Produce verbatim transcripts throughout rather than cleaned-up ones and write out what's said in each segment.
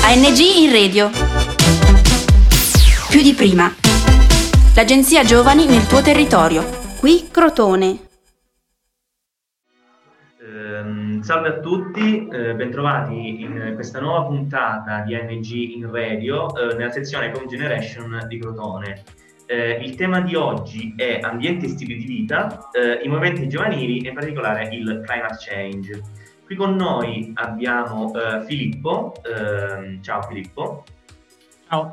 A N G in radio. Più di prima. L'agenzia Giovani nel tuo territorio. Qui Crotone. Eh, salve a tutti, eh, bentrovati in questa nuova puntata di A N G in radio eh, nella sezione Home Generation di Crotone. Eh, il tema di oggi è ambiente e stili di vita, eh, i movimenti giovanili e in particolare il climate change. Qui con noi abbiamo eh, Filippo. Eh, ciao Filippo. Ciao.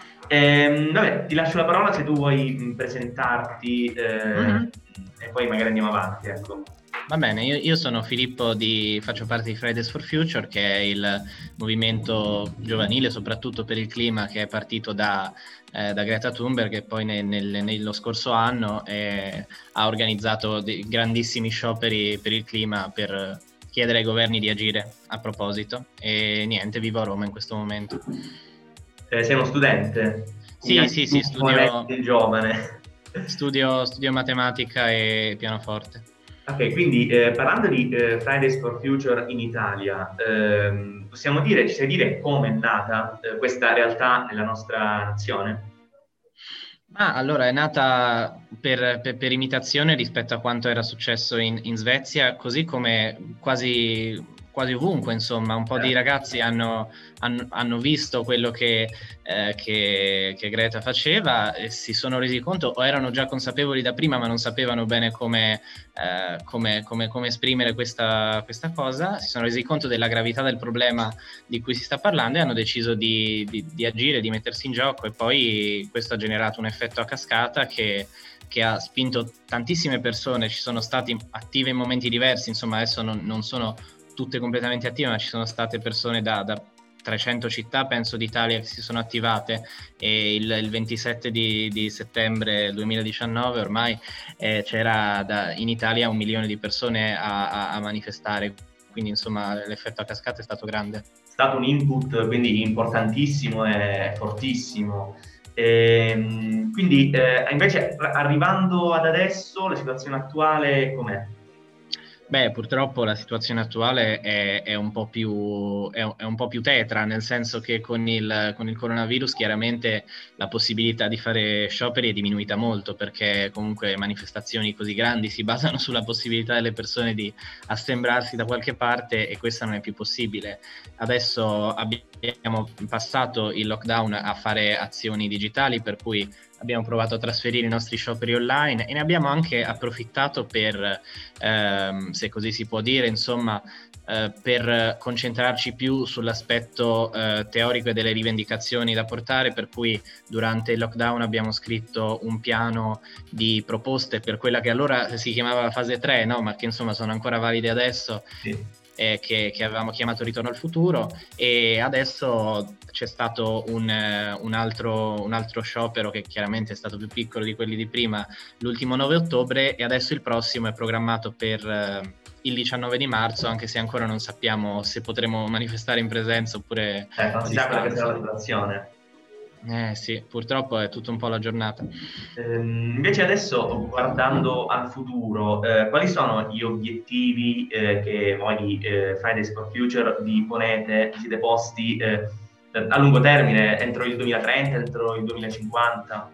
Eh, vabbè, ti lascio la parola se tu vuoi mh, presentarti eh, mm-hmm. e poi magari andiamo avanti, ecco. Va bene, io, io sono Filippo, di, faccio parte di Fridays for Future, che è il movimento giovanile soprattutto per il clima che è partito da, eh, da Greta Thunberg e poi nel, nel, nello scorso anno eh, ha organizzato dei grandissimi scioperi per il clima per chiedere ai governi di agire a proposito. E niente, vivo a Roma in questo momento. Eh, sei uno studente? Sì, sì, sì, studio, giovane. Studio, studio matematica e pianoforte. Ok, quindi eh, parlando di eh, Fridays for Future in Italia, ehm, possiamo dire, ci sai dire come è nata eh, questa realtà nella nostra nazione? Ah, allora è nata per, per, per imitazione rispetto a quanto era successo in, in Svezia, così come quasi... quasi ovunque, insomma, un po' di ragazzi hanno, hanno, hanno visto quello che, eh, che, che Greta faceva e si sono resi conto, o erano già consapevoli da prima ma non sapevano bene come, eh, come, come, come esprimere questa, questa cosa, si sono resi conto della gravità del problema di cui si sta parlando e hanno deciso di, di, di agire, di mettersi in gioco, e poi questo ha generato un effetto a cascata che che ha spinto tantissime persone. Ci sono stati attive in momenti diversi, insomma adesso non, non sono tutte completamente attive, ma ci sono state persone da, da trecento città, penso, d'Italia che si sono attivate, e il, il ventisette di, di settembre duemiladiciannove ormai eh, c'era da, in Italia un milione di persone a, a, a manifestare, quindi insomma l'effetto a cascata è stato grande. È stato un input quindi importantissimo e fortissimo. Ehm, quindi eh, invece arrivando ad adesso la situazione attuale com'è? Beh, purtroppo la situazione attuale è, è, un po' più, è, è un po' più tetra, nel senso che con il, con il coronavirus chiaramente la possibilità di fare scioperi è diminuita molto, perché comunque manifestazioni così grandi si basano sulla possibilità delle persone di assembrarsi da qualche parte, e questa non è più possibile. Adesso abbiamo passato il lockdown a fare azioni digitali, per cui abbiamo provato a trasferire i nostri scioperi online e ne abbiamo anche approfittato per, ehm, se così si può dire, insomma, eh, per concentrarci più sull'aspetto eh, teorico e delle rivendicazioni da portare, per cui durante il lockdown abbiamo scritto un piano di proposte per quella che allora si chiamava la fase tre, no? Ma che insomma sono ancora valide adesso. Sì. Eh, che, che avevamo chiamato Ritorno al futuro, e adesso c'è stato un, eh, un, altro, un altro sciopero che chiaramente è stato più piccolo di quelli di prima, l'ultimo nove ottobre, e adesso il prossimo è programmato per eh, il diciannove di marzo, anche se ancora non sappiamo se potremo manifestare in presenza oppure eh, non si sa quella che sarà la situazione. Eh sì, purtroppo è tutto un po' la giornata. Ehm, invece adesso, guardando al futuro, eh, quali sono gli obiettivi eh, che voi di eh, Fridays for Future vi ponete, vi siete posti eh, a lungo termine, entro il duemilatrenta, entro il duemilacinquanta?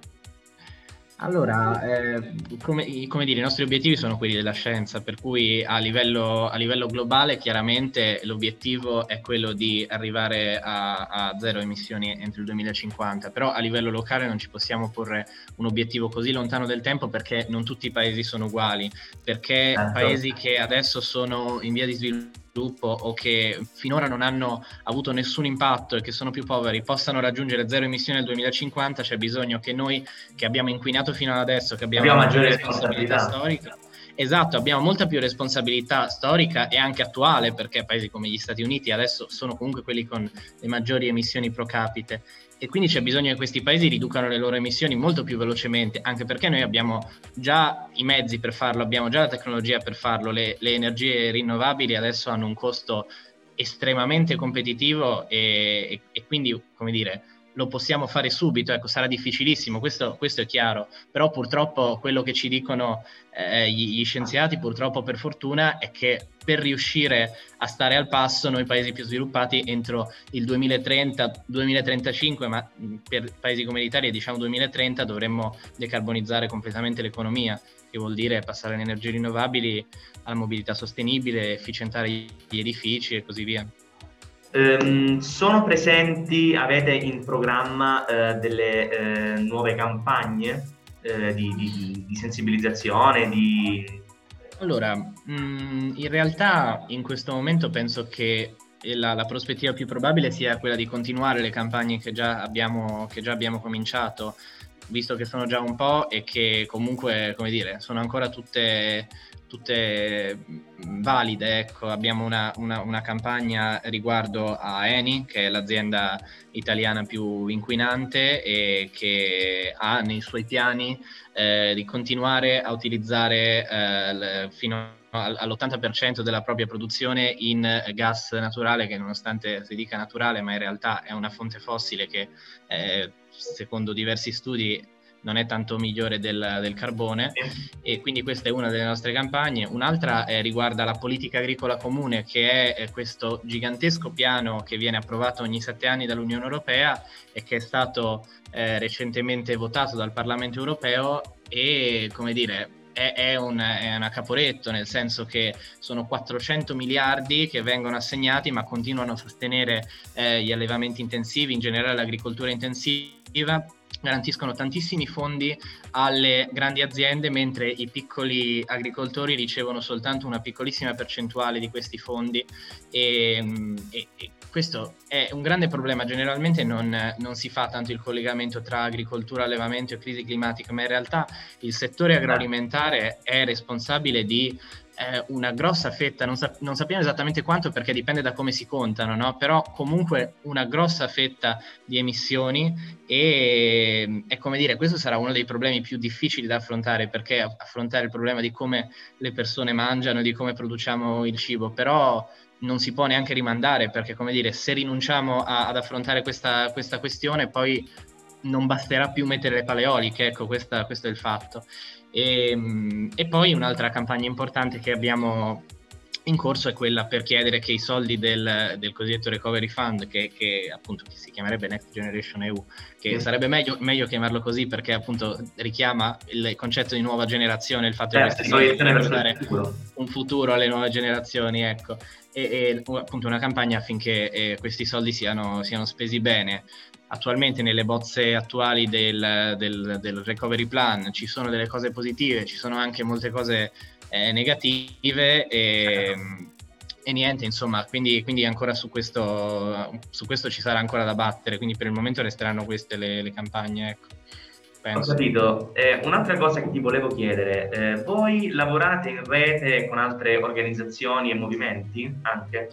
Allora, eh, come, come dire, i nostri obiettivi sono quelli della scienza, per cui a livello, a livello globale chiaramente l'obiettivo è quello di arrivare a, a zero emissioni entro il duemilacinquanta, però a livello locale non ci possiamo porre un obiettivo così lontano del tempo, perché non tutti i paesi sono uguali, perché Certo. Paesi che adesso sono in via di sviluppo o che finora non hanno avuto nessun impatto e che sono più poveri possano raggiungere zero emissioni nel duemilacinquanta, c'è bisogno che noi, che abbiamo inquinato fino ad adesso, che abbiamo, abbiamo maggiore maggiore responsabilità responsabilità storica, esatto, abbiamo molta più responsabilità storica e anche attuale, perché paesi come gli Stati Uniti adesso sono comunque quelli con le maggiori emissioni pro capite, e quindi c'è bisogno che questi paesi riducano le loro emissioni molto più velocemente, anche perché noi abbiamo già i mezzi per farlo, abbiamo già la tecnologia per farlo, le, le energie rinnovabili adesso hanno un costo estremamente competitivo e, e, e quindi, come dire, lo possiamo fare subito, ecco, sarà difficilissimo, questo, questo è chiaro, però purtroppo quello che ci dicono eh, gli, gli scienziati, purtroppo per fortuna, è che per riuscire a stare al passo noi paesi più sviluppati entro il duemilatrenta duemilatrentacinque, ma per paesi come l'Italia diciamo duemilatrenta, dovremmo decarbonizzare completamente l'economia, che vuol dire passare alle energie rinnovabili, alla mobilità sostenibile, efficientare gli edifici e così via. Um, sono presenti, avete in programma uh, delle uh, nuove campagne uh, di, di, di sensibilizzazione? Di... Allora, mh, in realtà in questo momento penso che la, la prospettiva più probabile sia quella di continuare le campagne che già abbiamo, che già abbiamo cominciato, visto che sono già un po' e che comunque, come dire, sono ancora tutte... tutte valide, ecco. Abbiamo una, una, una campagna riguardo a Eni, che è l'azienda italiana più inquinante e che ha nei suoi piani eh, di continuare a utilizzare eh, fino all'ottanta per cento della propria produzione in gas naturale, che nonostante si dica naturale, ma in realtà è una fonte fossile che eh, secondo diversi studi non è tanto migliore del, del carbone, e quindi questa è una delle nostre campagne. Un'altra eh, riguarda la politica agricola comune, che è eh, questo gigantesco piano che viene approvato ogni sette anni dall'Unione Europea e che è stato eh, recentemente votato dal Parlamento Europeo e, come dire, è, è, un, è una Caporetto, nel senso che sono quattrocento miliardi che vengono assegnati, ma continuano a sostenere eh, gli allevamenti intensivi, in generale l'agricoltura intensiva, garantiscono tantissimi fondi alle grandi aziende, mentre i piccoli agricoltori ricevono soltanto una piccolissima percentuale di questi fondi e, e, e questo è un grande problema. Generalmente non, non si fa tanto il collegamento tra agricoltura, allevamento e crisi climatica, ma in realtà il settore agroalimentare è responsabile di eh, una grossa fetta, non, sap- non sappiamo esattamente quanto perché dipende da come si contano, no? Però comunque una grossa fetta di emissioni e, è come dire, questo sarà uno dei problemi più difficili da affrontare, perché affrontare il problema di come le persone mangiano, di come produciamo il cibo, però non si può neanche rimandare, perché come dire, se rinunciamo a, ad affrontare questa, questa questione poi non basterà più mettere le paleoliche, ecco, questa, questo è il fatto. E, e poi un'altra campagna importante che abbiamo in corso è quella per chiedere che i soldi del, del cosiddetto Recovery Fund, che, che appunto che si chiamerebbe Next Generation E U, che sarebbe meglio, meglio chiamarlo così perché appunto richiama il concetto di nuova generazione, il fatto eh, che questi soldi devono dare un futuro alle nuove generazioni, ecco, e, e appunto una campagna affinché eh, questi soldi siano, siano spesi bene. Attualmente nelle bozze attuali del, del, del Recovery Plan ci sono delle cose positive, ci sono anche molte cose eh, negative e, e niente, insomma, quindi, quindi ancora su questo, su questo ci sarà ancora da battere, quindi per il momento resteranno queste le, le campagne, ecco. Penso. Ho capito. Eh, un'altra cosa che ti volevo chiedere, eh, voi lavorate in rete con altre organizzazioni e movimenti anche?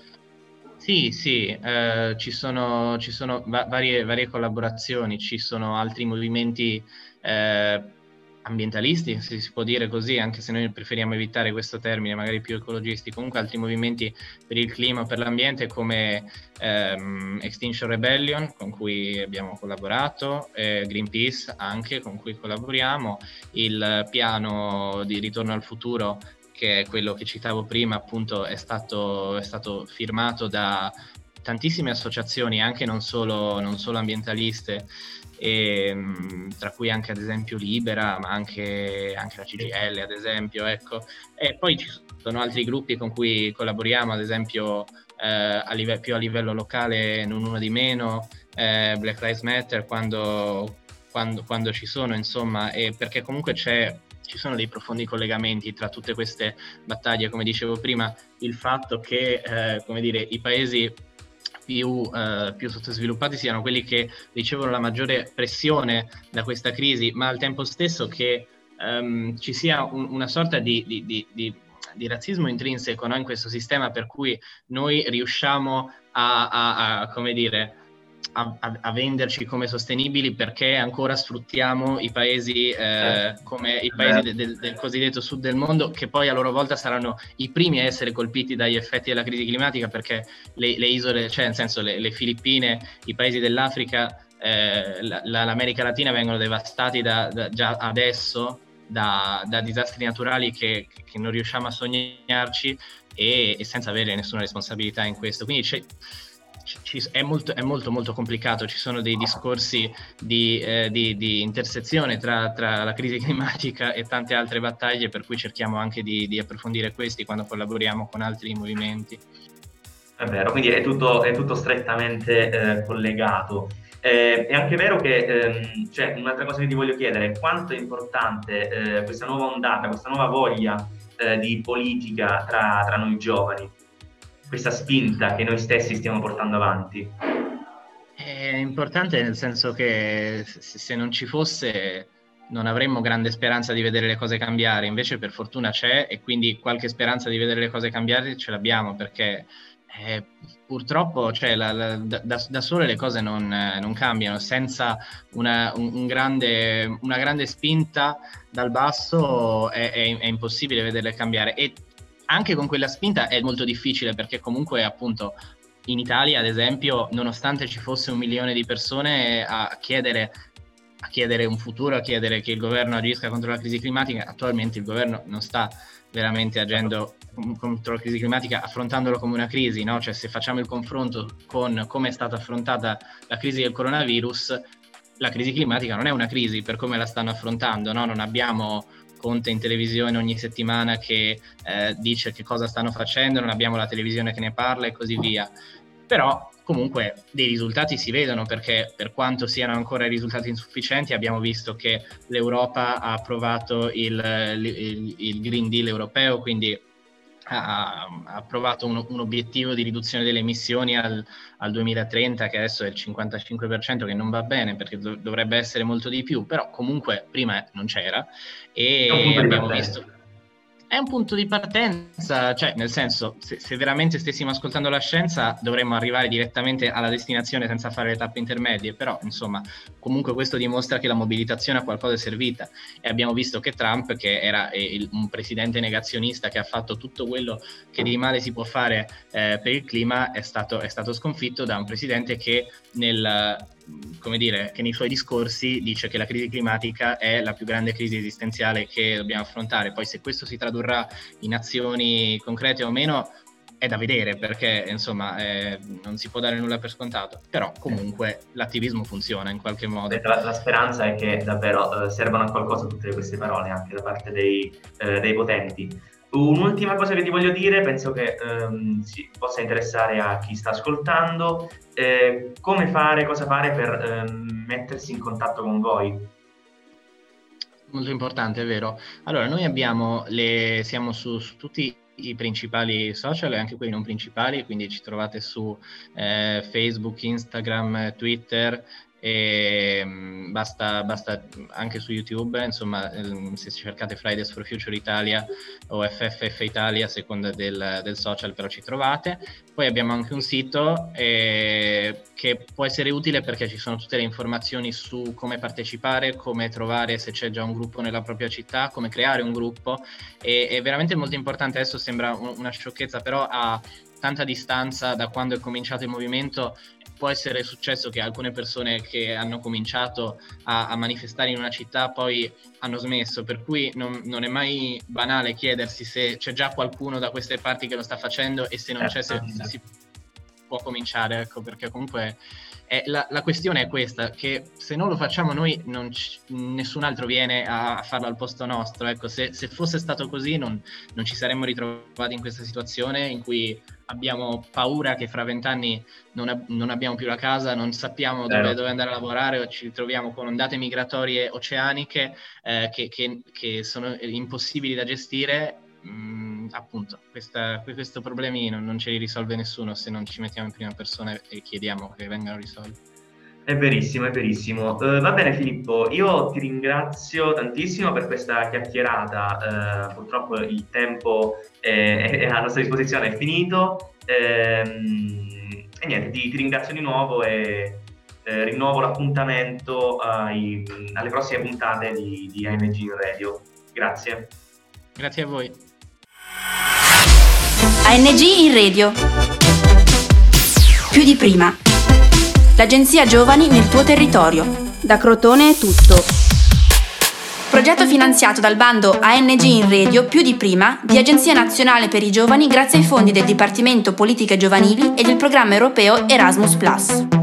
Sì, sì, eh, ci sono, ci sono va- varie, varie collaborazioni, ci sono altri movimenti eh, ambientalisti, se si può dire così, anche se noi preferiamo evitare questo termine, magari più ecologisti, comunque altri movimenti per il clima, per l'ambiente, come ehm, Extinction Rebellion, con cui abbiamo collaborato, eh, Greenpeace anche, con cui collaboriamo, il piano di Ritorno al futuro, che è quello che citavo prima, appunto è stato, è stato firmato da tantissime associazioni, anche non solo, non solo ambientaliste, e, tra cui anche ad esempio Libera, ma anche, anche la C G I L ad esempio, ecco. E poi ci sono altri gruppi con cui collaboriamo, ad esempio eh, a live- più a livello locale, Non Uno di Meno, eh, Black Lives Matter, quando, quando, quando ci sono, insomma, e perché comunque c'è ci sono dei profondi collegamenti tra tutte queste battaglie, come dicevo prima, il fatto che, eh, come dire, i paesi più, eh, più sottosviluppati siano quelli che ricevono la maggiore pressione da questa crisi, ma al tempo stesso che ehm, ci sia un, una sorta di, di, di, di, di razzismo intrinseco, no, in questo sistema, per cui noi riusciamo a, a, a come dire, A, a, a venderci come sostenibili perché ancora sfruttiamo i paesi eh, come i paesi de, de, del cosiddetto sud del mondo, che poi a loro volta saranno i primi a essere colpiti dagli effetti della crisi climatica, perché le, le isole, cioè nel senso le, le Filippine, i paesi dell'Africa eh, la, la, l'America Latina vengono devastati da, da, già adesso da, da disastri naturali che, che non riusciamo a sognarci e, e senza avere nessuna responsabilità in questo. Quindi c'è, ci, è, molto, è molto molto complicato, ci sono dei discorsi di, eh, di, di intersezione tra, tra la crisi climatica e tante altre battaglie, per cui cerchiamo anche di, di approfondire questi quando collaboriamo con altri movimenti. È vero, quindi è tutto, è tutto strettamente eh, collegato. Eh, è anche vero che, ehm, cioè, un'altra cosa che ti voglio chiedere, quanto è importante eh, questa nuova ondata, questa nuova voglia eh, di politica tra, tra noi giovani, questa spinta che noi stessi stiamo portando avanti? È importante nel senso che se non ci fosse non avremmo grande speranza di vedere le cose cambiare, invece per fortuna c'è e quindi qualche speranza di vedere le cose cambiare ce l'abbiamo, perché eh, purtroppo cioè, la, la, da, da sole le cose non, non cambiano, senza una, un, un grande, una grande spinta dal basso è, è, è impossibile vederle cambiare. E anche con quella spinta è molto difficile, perché comunque appunto in Italia, ad esempio, nonostante ci fosse un milione di persone a chiedere, a chiedere un futuro, a chiedere che il governo agisca contro la crisi climatica, attualmente il governo non sta veramente agendo contro la crisi climatica, affrontandolo come una crisi, no? Cioè, se facciamo il confronto con come è stata affrontata la crisi del coronavirus, la crisi climatica non è una crisi per come la stanno affrontando, no? Non abbiamo Conte in televisione ogni settimana che eh, dice che cosa stanno facendo, non abbiamo la televisione che ne parla e così via. Però comunque dei risultati si vedono, perché per quanto siano ancora risultati insufficienti abbiamo visto che l'Europa ha approvato il, il, il Green Deal europeo, quindi ha, ha approvato un, un obiettivo di riduzione delle emissioni al, al duemilatrenta che adesso è il cinquantacinque per cento, che non va bene perché do, dovrebbe essere molto di più, però comunque prima non c'era e abbiamo visto... È un punto di partenza, cioè nel senso, se, se veramente stessimo ascoltando la scienza dovremmo arrivare direttamente alla destinazione senza fare le tappe intermedie, però insomma comunque questo dimostra che la mobilitazione a qualcosa è servita e abbiamo visto che Trump, che era il, un presidente negazionista che ha fatto tutto quello che di male si può fare eh, per il clima, è stato, è stato sconfitto da un presidente che nel... come dire, che nei suoi discorsi dice che la crisi climatica è la più grande crisi esistenziale che dobbiamo affrontare. Poi se questo si tradurrà in azioni concrete o meno è da vedere, perché insomma eh, non si può dare nulla per scontato, però comunque l'attivismo funziona in qualche modo. La, la speranza è che davvero eh, servano a qualcosa tutte queste parole anche da parte dei, eh, dei potenti. Un'ultima cosa che ti voglio dire, penso che ehm, si possa interessare a chi sta ascoltando, eh, come fare, cosa fare per ehm, mettersi in contatto con voi? Molto importante, è vero. Allora, noi abbiamo le, siamo su, su tutti i principali social e anche quelli non principali, quindi ci trovate su eh, Facebook, Instagram, Twitter. E basta, basta anche su YouTube, insomma, se cercate Fridays for Future Italia o F F F Italia a seconda del, del social, però ci trovate. Poi abbiamo anche un sito eh, che può essere utile perché ci sono tutte le informazioni su come partecipare, come trovare se c'è già un gruppo nella propria città, come creare un gruppo, e è veramente molto importante. Adesso sembra una sciocchezza, però a tanta distanza da quando è cominciato il movimento può essere successo che alcune persone che hanno cominciato a, a manifestare in una città poi hanno smesso, per cui non, non è mai banale chiedersi se c'è già qualcuno da queste parti che lo sta facendo e se non c'è se, se si può cominciare, ecco, perché comunque è, la, la questione è questa, che se non lo facciamo noi non c- nessun altro viene a, a farlo al posto nostro, ecco. Se, se fosse stato così non, non ci saremmo ritrovati in questa situazione in cui abbiamo paura che fra vent'anni non, ab- non abbiamo più la casa, non sappiamo dove, dove andare a lavorare, o ci troviamo con ondate migratorie oceaniche eh, che, che, che sono impossibili da gestire. Mm, appunto, questa, questo problemi non, non ce li risolve nessuno se non ci mettiamo in prima persona e chiediamo che vengano risolti. È verissimo, è verissimo. Uh, va bene Filippo, io ti ringrazio tantissimo per questa chiacchierata, uh, purtroppo il tempo è, è a nostra disposizione, è finito, ehm, e niente, ti, ti ringrazio di nuovo e eh, rinnovo l'appuntamento ai, alle prossime puntate di, di A N G in Radio. Grazie. Grazie a voi. A N G in Radio. Più di prima. l'agenzia giovani nel tuo territorio. Da Crotone è tutto. Progetto finanziato dal bando A N G in Radio più di prima di Agenzia Nazionale per i Giovani grazie ai fondi del Dipartimento Politiche Giovanili e del programma europeo Erasmus plus.